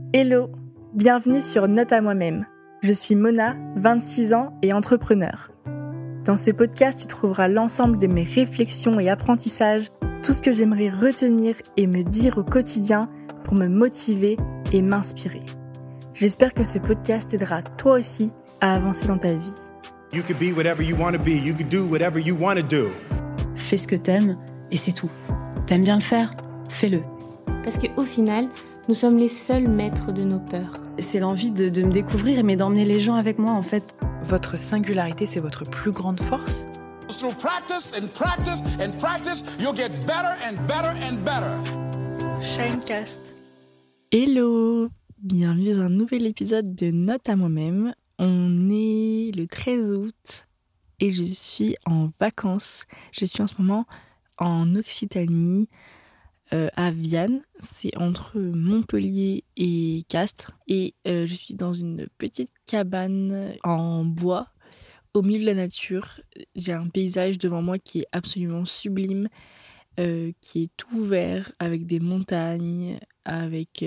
Hello, bienvenue sur Note à moi-même. Je suis Mona, 26 ans et entrepreneur. Dans ce podcast, tu trouveras l'ensemble de mes réflexions et apprentissages, tout ce que j'aimerais retenir et me dire au quotidien pour me motiver et m'inspirer. J'espère que ce podcast t'aidera toi aussi à avancer dans ta vie. You could be whatever you want to be. You could do whatever you want to do. Fais ce que t'aimes et c'est tout. T'aimes bien le faire ? Fais-le. Parce qu'au final, nous sommes les seuls maîtres de nos peurs. C'est l'envie de me découvrir, mais d'emmener les gens avec moi en fait. Votre singularité, c'est votre plus grande force. Through practice and practice and practice, you'll get better and better and better. Shinecast. Hello, bienvenue dans un nouvel épisode de Note à moi-même. On est le 13 août et je suis en vacances. Je suis en ce moment en Occitanie, à Viane. C'est entre Montpellier et Castres. Et je suis dans une petite cabane en bois au milieu de la nature. J'ai un paysage devant moi qui est absolument sublime, qui est tout vert avec des montagnes, avec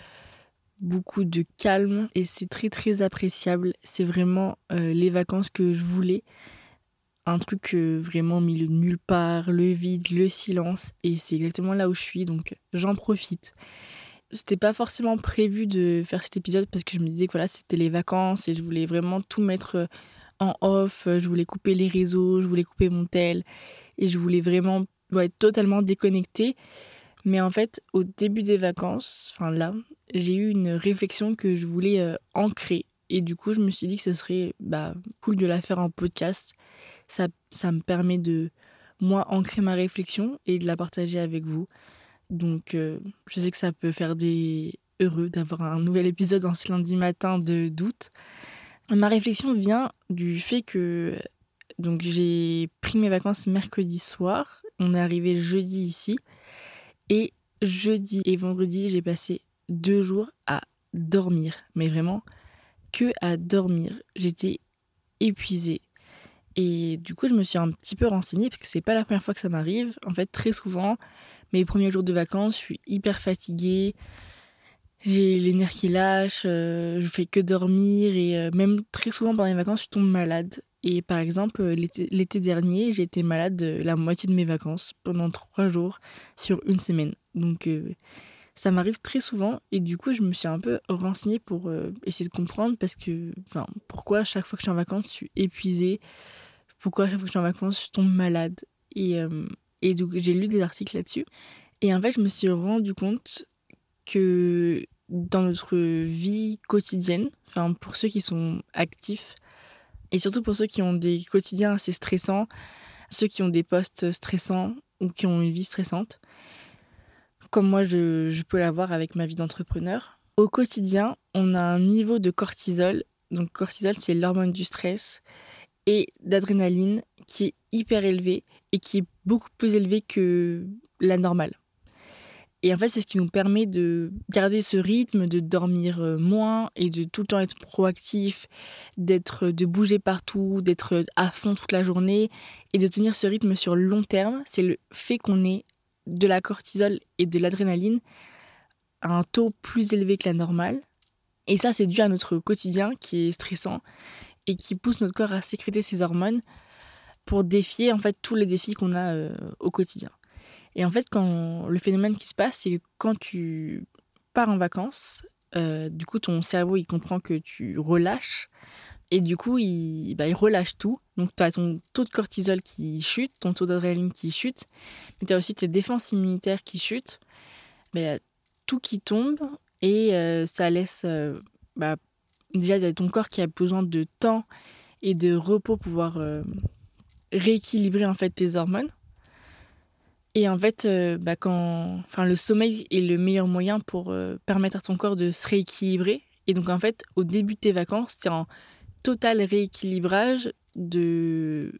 beaucoup de calme et c'est très très appréciable. C'est vraiment les vacances que je voulais. Un truc vraiment au milieu de nulle part, le vide, le silence, et c'est exactement là où je suis, donc j'en profite. C'était pas forcément prévu de faire cet épisode parce que je me disais que voilà, c'était les vacances et je voulais vraiment tout mettre en off, je voulais couper les réseaux, je voulais couper mon tel et je voulais vraiment être totalement déconnectée. Mais en fait, au début des vacances, enfin là, j'ai eu une réflexion que je voulais ancrer. Et du coup, je me suis dit que ce serait cool de la faire en podcast. Ça me permet de, moi, ancrer ma réflexion et de la partager avec vous. Donc, je sais que ça peut faire des heureux d'avoir un nouvel épisode en ce lundi matin d'août. Ma réflexion vient du fait que donc, j'ai pris mes vacances mercredi soir. On est arrivé jeudi ici. Et jeudi et vendredi, j'ai passé 2 jours à dormir. Mais vraiment, que à dormir. J'étais épuisée. Et du coup, je me suis un petit peu renseignée, parce que c'est pas la première fois que ça m'arrive. En fait, très souvent, mes premiers jours de vacances, je suis hyper fatiguée. J'ai les nerfs qui lâchent, je fais que dormir. Et même très souvent pendant les vacances, je tombe malade. Et par exemple, l'été dernier, j'ai été malade la moitié de mes vacances pendant 3 jours sur une semaine. Donc ça m'arrive très souvent et du coup, je me suis un peu renseignée pour essayer de comprendre pourquoi à chaque fois que je suis en vacances, je suis épuisée, pourquoi à chaque fois que je suis en vacances, je tombe malade. Et donc, j'ai lu des articles là-dessus. Et en fait, je me suis rendu compte que dans notre vie quotidienne, pour ceux qui sont actifs, et surtout pour ceux qui ont des quotidiens assez stressants, ceux qui ont des postes stressants ou qui ont une vie stressante, comme moi je peux l'avoir avec ma vie d'entrepreneur. Au quotidien, on a un niveau de cortisol. Donc cortisol, c'est l'hormone du stress, et d'adrénaline qui est hyper élevé et qui est beaucoup plus élevé que la normale. Et en fait, c'est ce qui nous permet de garder ce rythme, de dormir moins et de tout le temps être proactif, de bouger partout, d'être à fond toute la journée et de tenir ce rythme sur le long terme. C'est le fait qu'on ait de la cortisol et de l'adrénaline à un taux plus élevé que la normale. Et ça, c'est dû à notre quotidien qui est stressant et qui pousse notre corps à sécréter ces hormones pour défier en fait tous les défis qu'on a au quotidien. Et en fait, quand le phénomène qui se passe, c'est que quand tu pars en vacances, du coup, ton cerveau, il comprend que tu relâches. Et du coup, il relâche tout. Donc, tu as ton taux de cortisol qui chute, ton taux d'adrénaline qui chute. Mais tu as aussi tes défenses immunitaires qui chutent. Il y a tout qui tombe. Et ça laisse... déjà, il y a ton corps qui a besoin de temps et de repos pour pouvoir rééquilibrer en fait, tes hormones. Et en fait, le sommeil est le meilleur moyen pour permettre à ton corps de se rééquilibrer. Et donc, en fait, au début de tes vacances, c'est en total rééquilibrage de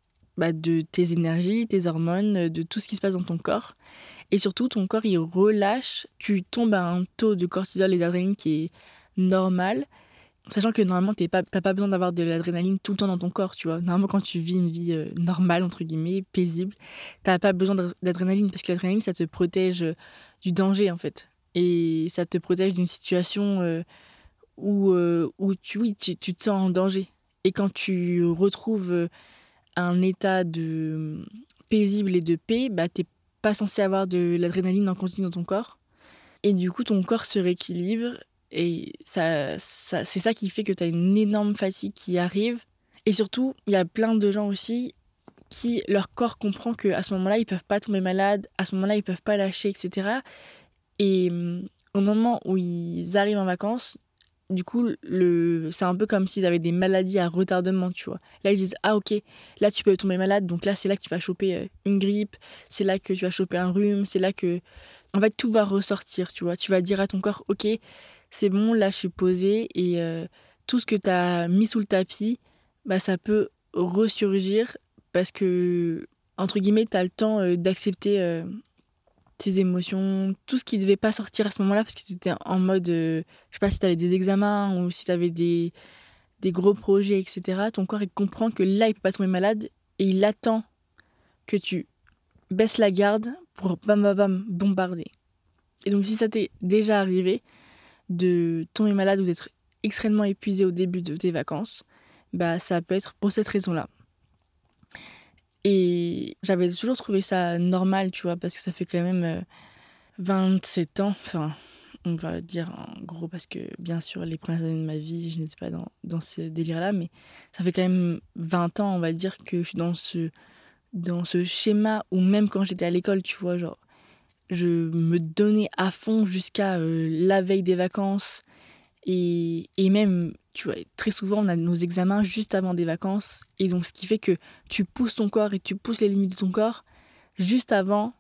tes énergies, tes hormones, de tout ce qui se passe dans ton corps. Et surtout, ton corps, il relâche. Tu tombes à un taux de cortisol et d'adrénaline qui est normal. Sachant que normalement, t'as pas besoin d'avoir de l'adrénaline tout le temps dans ton corps, tu vois. Normalement, quand tu vis une vie normale, entre guillemets, paisible, t'as pas besoin d'adrénaline parce que l'adrénaline, ça te protège du danger, en fait. et ça te protège d'une situation où tu te sens en danger. Et quand tu retrouves un état de paisible et de paix, bah, t'es pas censé avoir de l'adrénaline en continu dans ton corps. Et du coup, ton corps se rééquilibre. Et c'est ça qui fait que tu as une énorme fatigue qui arrive. Et surtout, il y a plein de gens aussi qui, leur corps comprend qu'à ce moment-là, ils peuvent pas tomber malades, à ce moment-là, ils peuvent pas lâcher, etc. Et au moment où ils arrivent en vacances, du coup, c'est un peu comme s'ils avaient des maladies à retardement, tu vois. Là, ils disent, ah ok, là tu peux tomber malade, donc là, c'est là que tu vas choper une grippe, c'est là que tu vas choper un rhume, c'est là que... En fait, tout va ressortir, tu vois. Tu vas dire à ton corps, ok, c'est bon, là, je suis posée, et tout ce que tu as mis sous le tapis, bah, ça peut ressurgir, parce que, entre guillemets, tu as le temps d'accepter tes émotions, tout ce qui devait pas sortir à ce moment-là, parce que tu étais en mode, je sais pas si tu avais des examens ou si tu avais des gros projets, etc. Ton corps, il comprend que là, il peut pas tomber malade et il attend que tu baisses la garde pour bam bam bam bombarder. Et donc, si ça t'est déjà arrivé de tomber malade ou d'être extrêmement épuisé au début de tes vacances, bah ça peut être pour cette raison-là. Et j'avais toujours trouvé ça normal, tu vois, parce que ça fait quand même 27 ans, enfin, on va dire en gros, parce que bien sûr, les premières années de ma vie, je n'étais pas dans ce délire-là, mais ça fait quand même 20 ans, on va dire, que je suis dans ce schéma où même quand j'étais à l'école, tu vois, genre, je me donnais à fond jusqu'à la veille des vacances. Et même, tu vois, très souvent, on a nos examens juste avant des vacances. Et donc, ce qui fait que tu pousses ton corps et tu pousses les limites de ton corps juste avant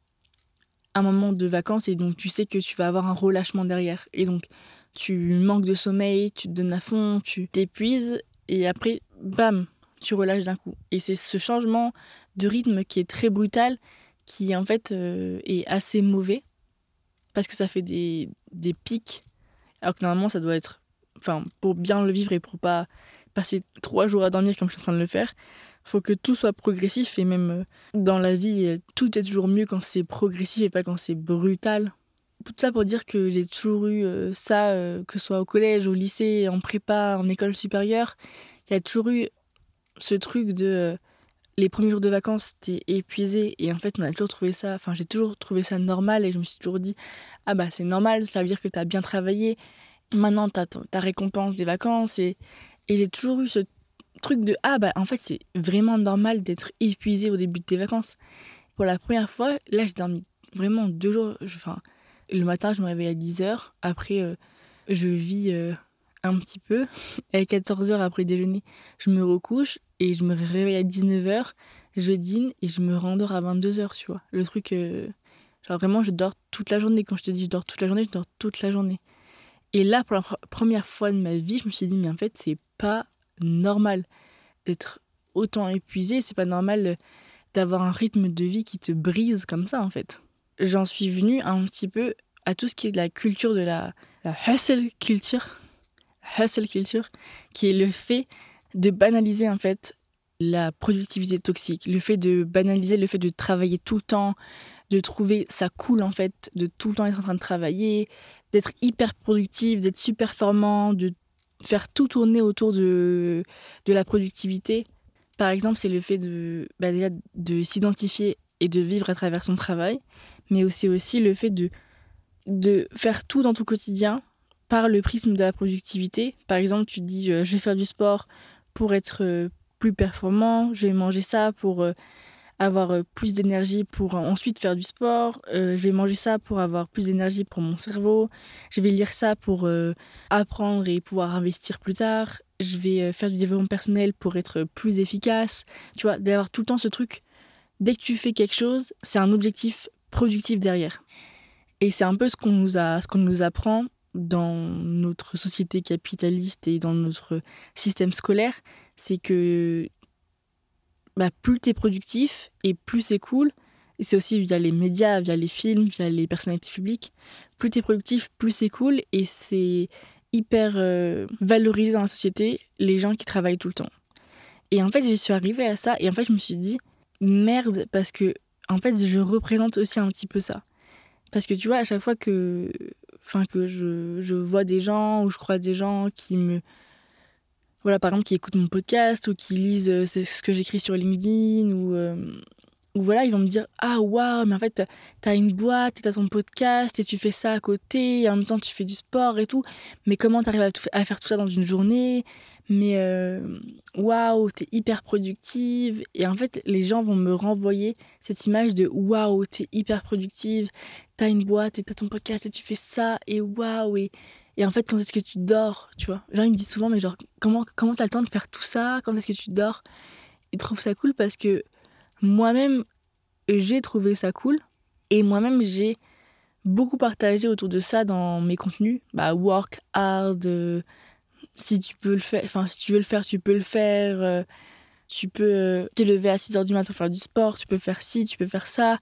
un moment de vacances. Et donc, tu sais que tu vas avoir un relâchement derrière. Et donc, tu manques de sommeil, tu te donnes à fond, tu t'épuises. Et après, bam, tu relâches d'un coup. Et c'est ce changement de rythme qui est très brutal, qui en fait est assez mauvais. Parce que ça fait des pics. Alors que normalement, ça doit être... Enfin, pour bien le vivre et pour pas passer 3 jours à dormir comme je suis en train de le faire, faut que tout soit progressif. Et même dans la vie, tout est toujours mieux quand c'est progressif et pas quand c'est brutal. Tout ça pour dire que j'ai toujours eu ça, que ce soit au collège, au lycée, en prépa, en école supérieure. Il y a toujours eu ce truc de... les premiers jours de vacances, t'es épuisé. Et en fait, on a toujours trouvé ça... Enfin, j'ai toujours trouvé ça normal. Et je me suis toujours dit, ah bah c'est normal, ça veut dire que t'as bien travaillé. Maintenant, t'as ta récompense des vacances. Et j'ai toujours eu ce truc de, ah bah en fait, c'est vraiment normal d'être épuisé au début de tes vacances. Pour la première fois, là, j'ai dormi vraiment 2 jours. Enfin, le matin, je me réveille à 10h. Après, je vis un petit peu. À 14h après déjeuner, je me recouche et je me réveille à 19h. Je dîne et je me rendors à 22h, tu vois. Le truc, genre vraiment, je dors toute la journée. Quand je te dis je dors toute la journée, je dors toute la journée. Et là, pour la première fois de ma vie, je me suis dit, mais en fait, c'est pas normal d'être autant épuisé. C'est pas normal d'avoir un rythme de vie qui te brise comme ça, en fait. J'en suis venue un petit peu à tout ce qui est de la culture de la hustle culture. Hustle culture, qui est le fait de banaliser, en fait, la productivité toxique. Le fait de banaliser le fait de travailler tout le temps, de trouver ça cool, en fait, de tout le temps être en train de travailler, d'être hyper productif, d'être super performant, de faire tout tourner autour de la productivité. Par exemple, c'est le fait déjà de s'identifier et de vivre à travers son travail, mais c'est aussi le fait de faire tout dans ton quotidien par le prisme de la productivité. Par exemple, tu te dis, je vais faire du sport pour être plus performant, je vais manger ça pour avoir plus d'énergie pour ensuite faire du sport, je vais manger ça pour avoir plus d'énergie pour mon cerveau, je vais lire ça pour apprendre et pouvoir investir plus tard, je vais faire du développement personnel pour être plus efficace. Tu vois, d'avoir tout le temps ce truc, dès que tu fais quelque chose, c'est un objectif productif derrière. Et c'est un peu ce qu'on nous apprend dans notre société capitaliste et dans notre système scolaire, c'est que plus t'es productif et plus c'est cool. Et c'est aussi via les médias, via les films, via les personnalités publiques. Plus t'es productif, plus c'est cool. Et c'est hyper valorisé dans la société, les gens qui travaillent tout le temps. Et en fait, j'y suis arrivée à ça. Et en fait, je me suis dit, merde, parce que en fait, je représente aussi un petit peu ça. Parce que tu vois, à chaque fois que je vois des gens ou je croise des gens qui me... Voilà, par exemple, qui écoutent mon podcast ou qui lisent ce que j'écris sur LinkedIn ou voilà, ils vont me dire ah waouh, mais en fait t'as une boîte, t'as ton podcast et tu fais ça à côté et en même temps tu fais du sport et tout, mais comment t'arrives à faire tout ça dans une journée? Mais waouh, t'es hyper productive. Et en fait les gens vont me renvoyer cette image de waouh, t'es hyper productive, t'as une boîte et t'as ton podcast et tu fais ça et waouh. Et en fait, quand est-ce que tu dors, tu vois? Genre ils me disent souvent mais genre comment t'as le temps de faire tout ça? Quand est-ce que tu dors? Ils trouvent ça cool parce que moi-même, j'ai trouvé ça cool et moi-même, j'ai beaucoup partagé autour de ça dans mes contenus. Bah, work hard, si tu peux le faire, enfin, si tu veux le faire, tu peux le faire. Tu peux te lever à 6h du matin pour faire du sport, tu peux faire ci, tu peux faire ça.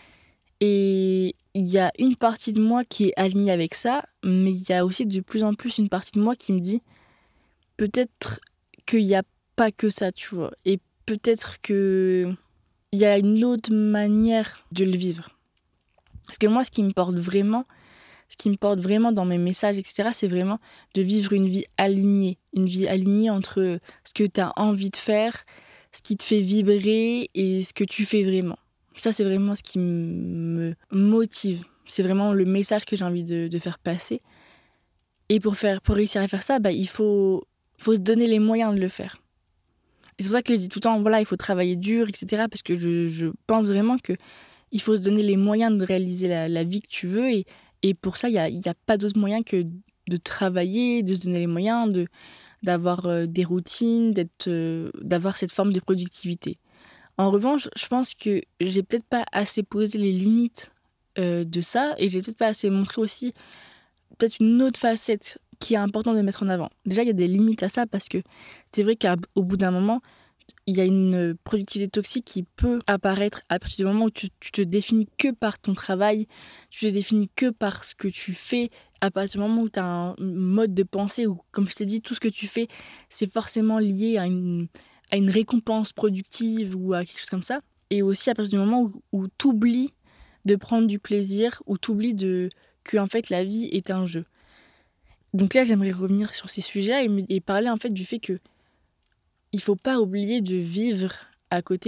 Et il y a une partie de moi qui est alignée avec ça, mais il y a aussi de plus en plus une partie de moi qui me dit peut-être qu'il n'y a pas que ça, tu vois. Et peut-être que il y a une autre manière de le vivre. Parce que moi, ce qui me porte vraiment dans mes messages, etc., c'est vraiment de vivre une vie alignée entre ce que tu as envie de faire, ce qui te fait vibrer et ce que tu fais vraiment. Ça, c'est vraiment ce qui me motive. C'est vraiment le message que j'ai envie de faire passer. Et pour réussir à faire ça, bah, il faut se donner les moyens de le faire. Et c'est pour ça que je dis tout le temps, voilà, il faut travailler dur, etc. Parce que je pense vraiment qu'il faut se donner les moyens de réaliser la vie que tu veux. Et pour ça, il y a pas d'autre moyen que de travailler, de se donner les moyens, d'avoir des routines, d'avoir cette forme de productivité. En revanche, je pense que j'ai peut-être pas assez posé les limites de ça. Et j'ai peut-être pas assez montré aussi peut-être une autre facette qui est importante de mettre en avant. Déjà, il y a des limites à ça parce que c'est vrai qu'au bout d'un moment, il y a une productivité toxique qui peut apparaître à partir du moment où tu te définis que par ton travail, tu te définis que par ce que tu fais, à partir du moment où tu as un mode de pensée où, comme je t'ai dit, tout ce que tu fais, c'est forcément lié à une récompense productive ou à quelque chose comme ça. Et aussi à partir du moment où tu oublies de prendre du plaisir, où tu oublies que en fait, la vie est un jeu. Donc là, j'aimerais revenir sur ces sujets et parler en fait du fait que il faut pas oublier de vivre à côté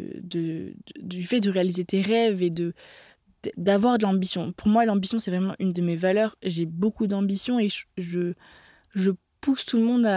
du fait de réaliser tes rêves et d'avoir de l'ambition. Pour moi, l'ambition, c'est vraiment une de mes valeurs. J'ai beaucoup d'ambition et je pousse tout le monde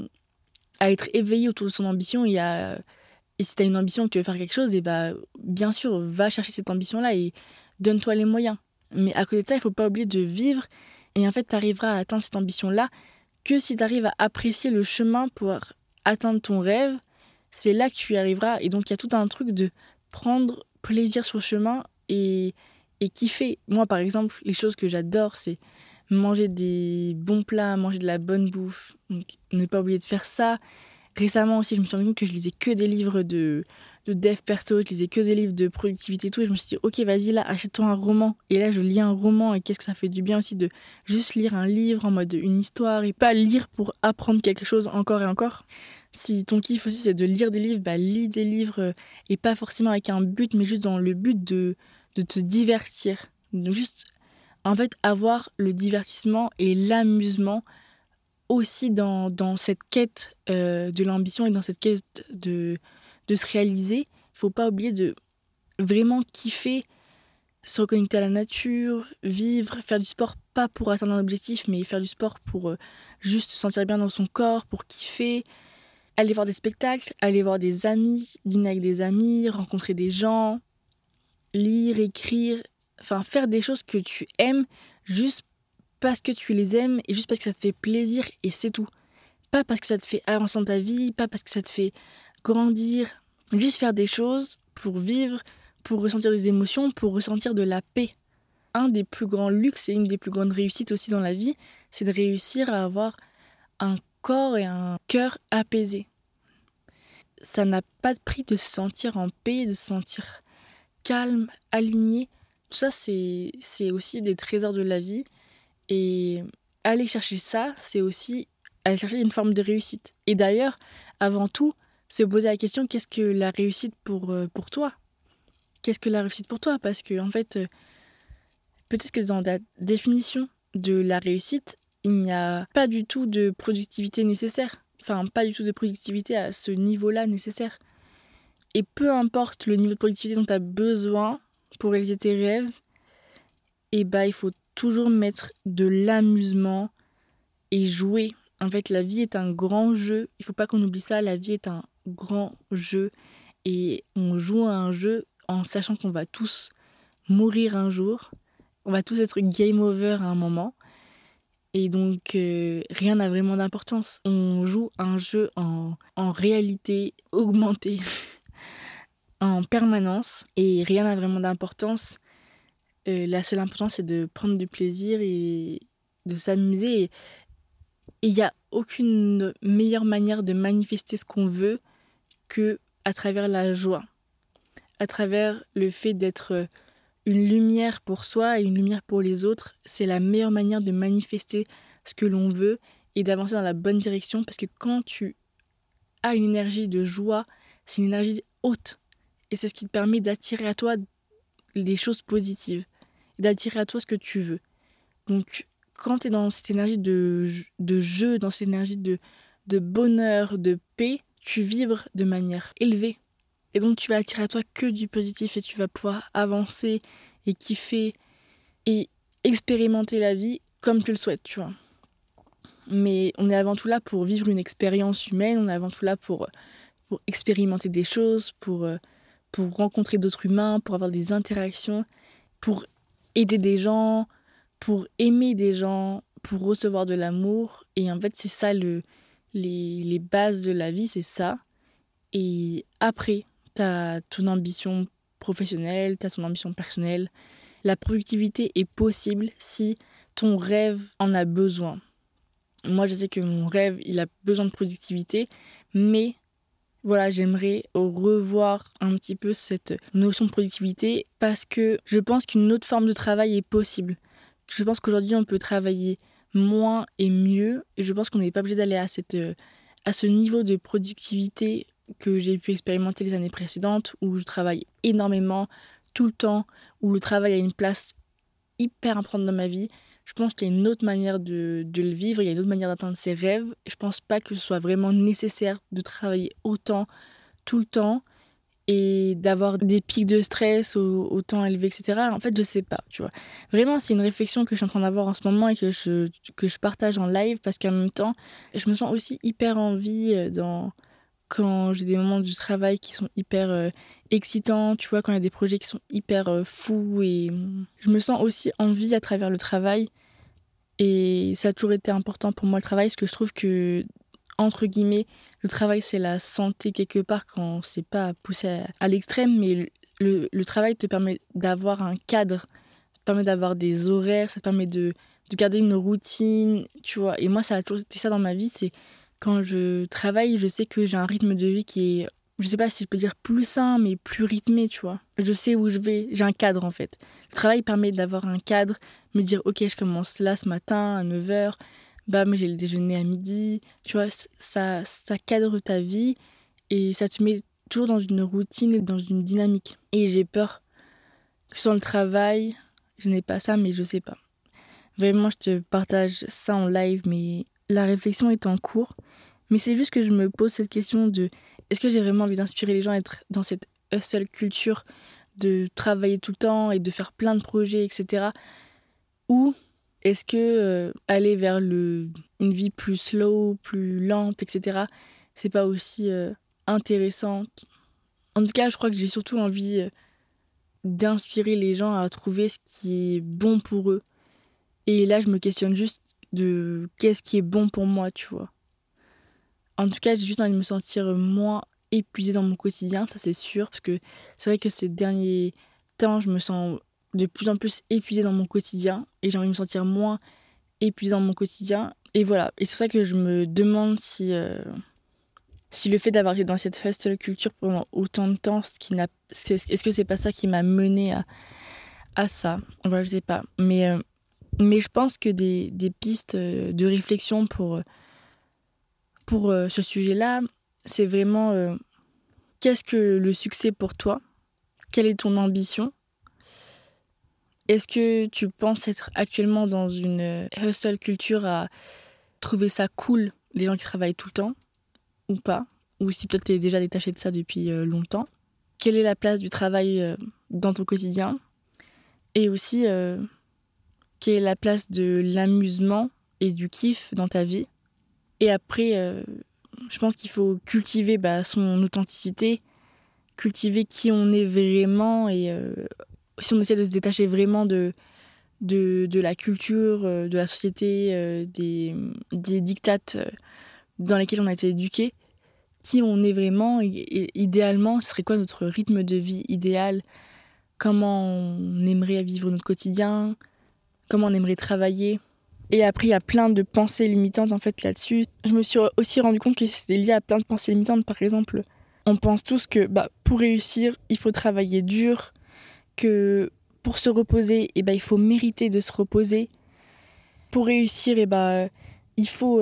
à être éveillé autour de son ambition et si tu as une ambition que tu veux faire quelque chose, et bah, bien sûr, va chercher cette ambition-là et donne-toi les moyens. Mais à côté de ça, il faut pas oublier de vivre. Et en fait, tu arriveras à atteindre cette ambition-là que si tu arrives à apprécier le chemin pour atteindre ton rêve, c'est là que tu y arriveras. Et donc, il y a tout un truc de prendre plaisir sur le chemin et kiffer. Moi, par exemple, les choses que j'adore, c'est manger des bons plats, manger de la bonne bouffe. Donc, ne pas oublier de faire ça. Récemment aussi, je me suis rendu compte que je lisais que des livres de dev perso, je lisais que des livres de productivité et tout. Et je me suis dit, ok, vas-y, là, achète-toi un roman. Et là, je lis un roman et qu'est-ce que ça fait du bien aussi de juste lire un livre en mode une histoire et pas lire pour apprendre quelque chose encore et encore. Si ton kiff aussi, c'est de lire des livres, bah, lis des livres et pas forcément avec un but, mais juste dans le but de te divertir. Donc juste, en fait, avoir le divertissement et l'amusement aussi dans cette quête de l'ambition et dans cette quête de se réaliser. Il faut pas oublier de vraiment kiffer, se reconnecter à la nature, vivre, faire du sport, pas pour atteindre un objectif, mais faire du sport pour juste se sentir bien dans son corps, pour kiffer, aller voir des spectacles, aller voir des amis, dîner avec des amis, rencontrer des gens, lire, écrire, enfin faire des choses que tu aimes juste parce que tu les aimes et juste parce que ça te fait plaisir et c'est tout. Pas parce que ça te fait avancer dans ta vie, pas parce que ça te fait grandir. Juste faire des choses pour vivre, pour ressentir des émotions, pour ressentir de la paix. Un des plus grands luxes et une des plus grandes réussites aussi dans la vie, c'est de réussir à avoir un corps et un cœur apaisés. Ça n'a pas de prix de se sentir en paix, de se sentir calme, aligné. Tout ça, c'est aussi des trésors de la vie. Et aller chercher ça, c'est aussi aller chercher une forme de réussite. Et d'ailleurs, avant tout, se poser la question, qu'est-ce que la réussite pour toi ? Qu'est-ce que la réussite pour toi ? Parce que en fait, peut-être que dans la définition de la réussite, il n'y a pas du tout de productivité nécessaire. Enfin, pas du tout de productivité à ce niveau-là nécessaire. Et peu importe le niveau de productivité dont tu as besoin pour réaliser tes rêves, et il faut toujours mettre de l'amusement et jouer. En fait, la vie est un grand jeu. Il faut pas qu'on oublie ça. La vie est un grand jeu. Et on joue à un jeu en sachant qu'on va tous mourir un jour. On va tous être game over à un moment. Et donc, rien n'a vraiment d'importance. On joue un jeu en réalité augmentée en permanence. Et rien n'a vraiment d'importance. La seule importance, c'est de prendre du plaisir et de s'amuser. Et il n'y a aucune meilleure manière de manifester ce qu'on veut que à travers la joie. À travers le fait d'être une lumière pour soi et une lumière pour les autres, c'est la meilleure manière de manifester ce que l'on veut et d'avancer dans la bonne direction, parce que quand tu as une énergie de joie, c'est une énergie haute et c'est ce qui te permet d'attirer à toi des choses positives, d'attirer à toi ce que tu veux. Donc quand tu es dans cette énergie de jeu, dans cette énergie de bonheur, de paix, tu vibres de manière élevée. Et donc tu vas attirer à toi que du positif et tu vas pouvoir avancer et kiffer et expérimenter la vie comme tu le souhaites, tu vois. Mais on est avant tout là pour vivre une expérience humaine, on est avant tout là pour expérimenter des choses, pour rencontrer d'autres humains, pour avoir des interactions, pour aider des gens, pour aimer des gens, pour recevoir de l'amour. Et en fait, c'est ça les bases de la vie, c'est ça. Et après, t'as ton ambition professionnelle, t'as ton ambition personnelle. La productivité est possible si ton rêve en a besoin. Moi, je sais que mon rêve, il a besoin de productivité, mais voilà, j'aimerais revoir un petit peu cette notion de productivité parce que je pense qu'une autre forme de travail est possible. Je pense qu'aujourd'hui, on peut travailler moins et mieux. Et je pense qu'on n'est pas obligé d'aller à ce niveau de productivité que j'ai pu expérimenter les années précédentes, où je travaille énormément, tout le temps, où le travail a une place hyper importante dans ma vie. Je pense qu'il y a une autre manière de le vivre, il y a une autre manière d'atteindre ses rêves. Je pense pas que ce soit vraiment nécessaire de travailler autant, tout le temps, et d'avoir des pics de stress autant élevés, etc. En fait, je sais pas, tu vois. Vraiment, c'est une réflexion que je suis en train d'avoir en ce moment et que je partage en live, parce qu'en même temps, je me sens aussi hyper en vie quand j'ai des moments du travail qui sont hyper excitants, tu vois, quand il y a des projets qui sont hyper fous, et je me sens aussi en vie à travers le travail. Et ça a toujours été important pour moi, le travail, parce que je trouve que, entre guillemets, le travail, c'est la santé quelque part, quand c'est pas poussé à l'extrême, mais le travail te permet d'avoir un cadre, te permet d'avoir des horaires, ça te permet de garder une routine, tu vois. Et moi, ça a toujours été ça dans ma vie, c'est quand je travaille, je sais que j'ai un rythme de vie qui est, je sais pas si je peux dire plus sain, mais plus rythmé, tu vois. Je sais où je vais, j'ai un cadre en fait. Le travail permet d'avoir un cadre, me dire ok, je commence là ce matin à 9h, bam, j'ai le déjeuner à midi, tu vois, ça cadre ta vie et ça te met toujours dans une routine et dans une dynamique. Et j'ai peur que sans le travail, je n'ai pas ça, mais je sais pas. Vraiment, je te partage ça en live, mais la réflexion est en cours. Mais c'est juste que je me pose cette question de est-ce que j'ai vraiment envie d'inspirer les gens à être dans cette hustle culture de travailler tout le temps et de faire plein de projets, etc. Ou est-ce que aller vers une vie plus slow, plus lente, etc., c'est pas aussi intéressant. En tout cas, je crois que j'ai surtout envie d'inspirer les gens à trouver ce qui est bon pour eux. Et là, je me questionne juste de qu'est-ce qui est bon pour moi, tu vois. En tout cas, j'ai juste envie de me sentir moins épuisée dans mon quotidien, ça c'est sûr, parce que c'est vrai que ces derniers temps, je me sens de plus en plus épuisée dans mon quotidien et j'ai envie de me sentir moins épuisée dans mon quotidien. Et voilà, et c'est pour ça que je me demande si le fait d'avoir été dans cette hustle culture pendant autant de temps, est-ce que c'est pas ça qui m'a menée à ça. Voilà, je sais pas. Mais je pense que des pistes de réflexion pour ce sujet-là, c'est vraiment qu'est-ce que le succès pour toi ? Quelle est ton ambition ? Est-ce que tu penses être actuellement dans une hustle culture à trouver ça cool, les gens qui travaillent tout le temps, ou pas? Ou si toi t'es déjà détaché de ça depuis longtemps? Quelle est la place du travail dans ton quotidien? Et aussi, quelle est la place de l'amusement et du kiff dans ta vie? Et après, je pense qu'il faut cultiver son authenticité, cultiver qui on est vraiment. Et si on essaie de se détacher vraiment de la culture, de la société, des dictates dans lesquels on a été éduqués, qui on est vraiment, et idéalement, ce serait quoi notre rythme de vie idéal? Comment on aimerait vivre notre quotidien? Comment on aimerait travailler? Et après, il y a plein de pensées limitantes en fait là-dessus. Je me suis aussi rendu compte que c'était lié à plein de pensées limitantes. Par exemple, on pense tous que pour réussir, il faut travailler dur, que pour se reposer, il faut mériter de se reposer. Pour réussir, il faut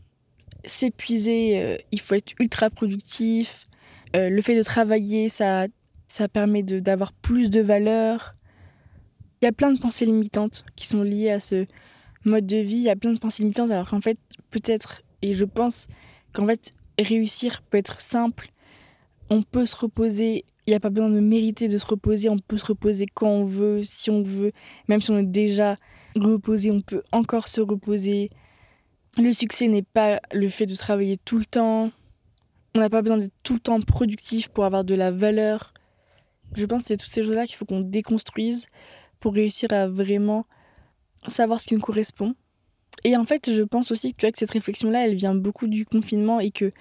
s'épuiser, il faut être ultra productif. Le fait de travailler, ça permet d'avoir plus de valeur. Il y a plein de pensées limitantes qui sont liées à ce mode de vie. Il y a plein de pensées limitantes alors qu'en fait, peut-être, et je pense qu'en fait, réussir peut être simple. On peut se reposer, il n'y a pas besoin de mériter de se reposer. On peut se reposer quand on veut, si on veut. Même si on est déjà reposé, on peut encore se reposer. Le succès n'est pas le fait de travailler tout le temps. On n'a pas besoin d'être tout le temps productif pour avoir de la valeur. Je pense que c'est toutes ces choses-là qu'il faut qu'on déconstruise pour réussir à vraiment savoir ce qui nous correspond. Et en fait, je pense aussi que cette réflexion-là, elle vient beaucoup du confinement et que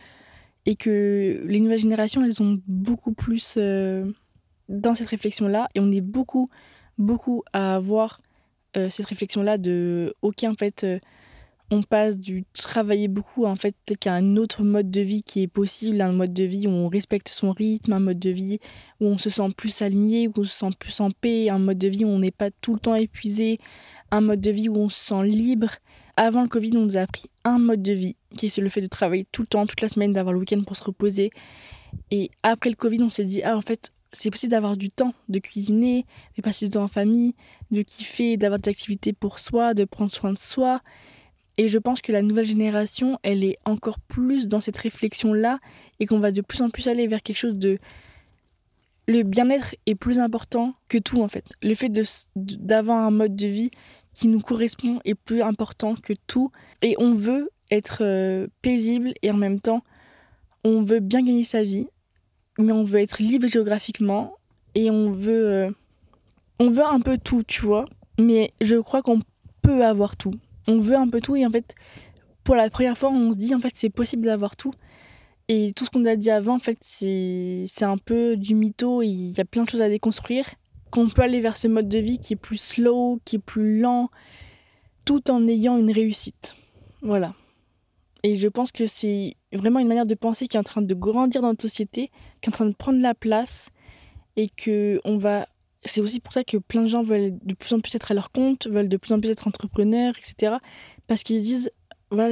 les nouvelles générations, elles sont beaucoup plus dans cette réflexion-là. Et on est beaucoup, beaucoup à avoir cette réflexion-là de « Ok, en fait, on passe du travailler beaucoup à en fait, peut-être qu'il y a un autre mode de vie qui est possible, un mode de vie où on respecte son rythme, un mode de vie où on se sent plus aligné, où on se sent plus en paix, un mode de vie où on n'est pas tout le temps épuisé, un mode de vie où on se sent libre. » Avant le Covid, on nous a appris un mode de vie, qui est le fait de travailler tout le temps, toute la semaine, d'avoir le week-end pour se reposer. Et après le Covid, on s'est dit, en fait, c'est possible d'avoir du temps, de cuisiner, de passer du temps en famille, de kiffer, d'avoir des activités pour soi, de prendre soin de soi. Et je pense que la nouvelle génération, elle est encore plus dans cette réflexion-là et qu'on va de plus en plus aller vers quelque chose de... Le bien-être est plus important que tout, en fait. Le fait d'avoir un mode de vie qui nous correspond est plus important que tout. Et on veut être paisible et en même temps, on veut bien gagner sa vie, mais on veut être libre géographiquement et on veut un peu tout, tu vois. Mais je crois qu'on peut avoir tout. On veut un peu tout et en fait, pour la première fois, on se dit en fait c'est possible d'avoir tout. Et tout ce qu'on a dit avant, en fait, c'est un peu du mytho et il y a plein de choses à déconstruire. Qu'on peut aller vers ce mode de vie qui est plus slow, qui est plus lent, tout en ayant une réussite. Voilà. Et je pense que c'est vraiment une manière de penser qui est en train de grandir dans notre société, qui est en train de prendre la place et que on va... C'est aussi pour ça que plein de gens veulent de plus en plus être à leur compte, veulent de plus en plus être entrepreneurs, etc. Parce qu'ils disent, voilà,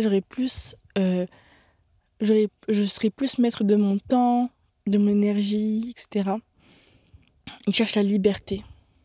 je serai plus maître de mon temps, de mon énergie, etc. Ils cherchent la liberté.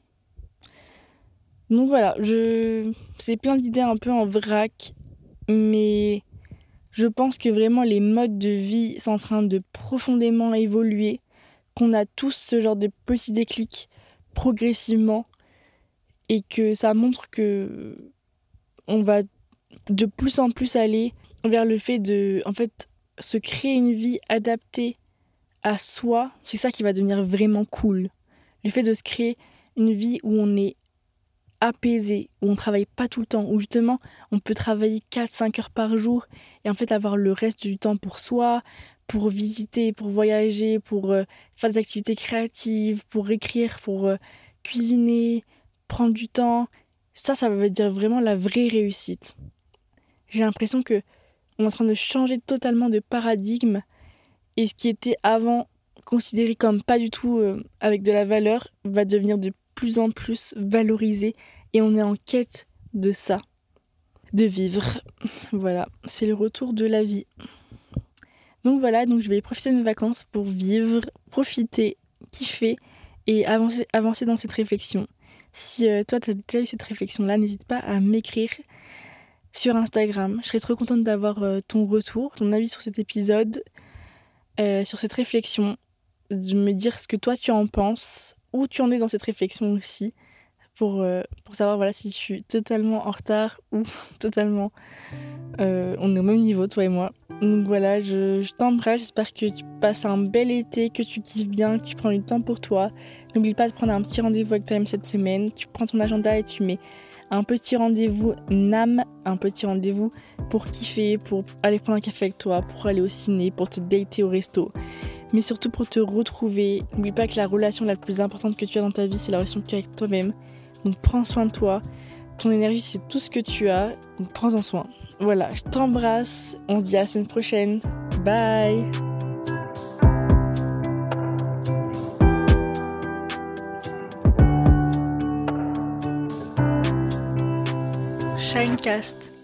Donc voilà, c'est plein d'idées un peu en vrac, mais je pense que vraiment les modes de vie sont en train de profondément évoluer, qu'on a tous ce genre de petits déclics progressivement et que ça montre que on va de plus en plus aller vers le fait de en fait se créer une vie adaptée à soi. C'est ça qui va devenir vraiment cool. Le fait de se créer une vie où on est apaisé, où on travaille pas tout le temps, où justement on peut travailler 4-5 heures par jour et en fait avoir le reste du temps pour soi, pour visiter, pour voyager, pour faire des activités créatives, pour écrire, pour cuisiner, prendre du temps. Ça veut dire vraiment la vraie réussite. J'ai l'impression que on est en train de changer totalement de paradigme et ce qui était avant considéré comme pas du tout avec de la valeur va devenir de plus en plus valorisé et on est en quête de ça, de vivre. Voilà, c'est le retour de la vie. Donc voilà, je vais profiter de mes vacances pour vivre, profiter, kiffer et avancer dans cette réflexion. Si toi, tu as déjà eu cette réflexion-là, n'hésite pas à m'écrire sur Instagram. Je serais trop contente d'avoir ton retour, ton avis sur cet épisode, sur cette réflexion, de me dire ce que toi tu en penses, où tu en es dans cette réflexion aussi, pour savoir voilà, si je suis totalement en retard ou totalement on est au même niveau, toi et moi. Donc voilà, je t'embrasse, j'espère que tu passes un bel été, que tu kiffes bien, que tu prends du temps pour toi. N'oublie pas de prendre un petit rendez-vous avec toi-même cette semaine. Tu prends ton agenda et tu mets un petit rendez-vous NAM, un petit rendez-vous pour kiffer, pour aller prendre un café avec toi, pour aller au ciné, pour te dater au resto. Mais surtout pour te retrouver. N'oublie pas que la relation la plus importante que tu as dans ta vie, c'est la relation que tu as avec toi-même. Donc prends soin de toi. Ton énergie, c'est tout ce que tu as. Donc prends-en soin. Voilà, je t'embrasse. On se dit à la semaine prochaine. Bye. Shinecast.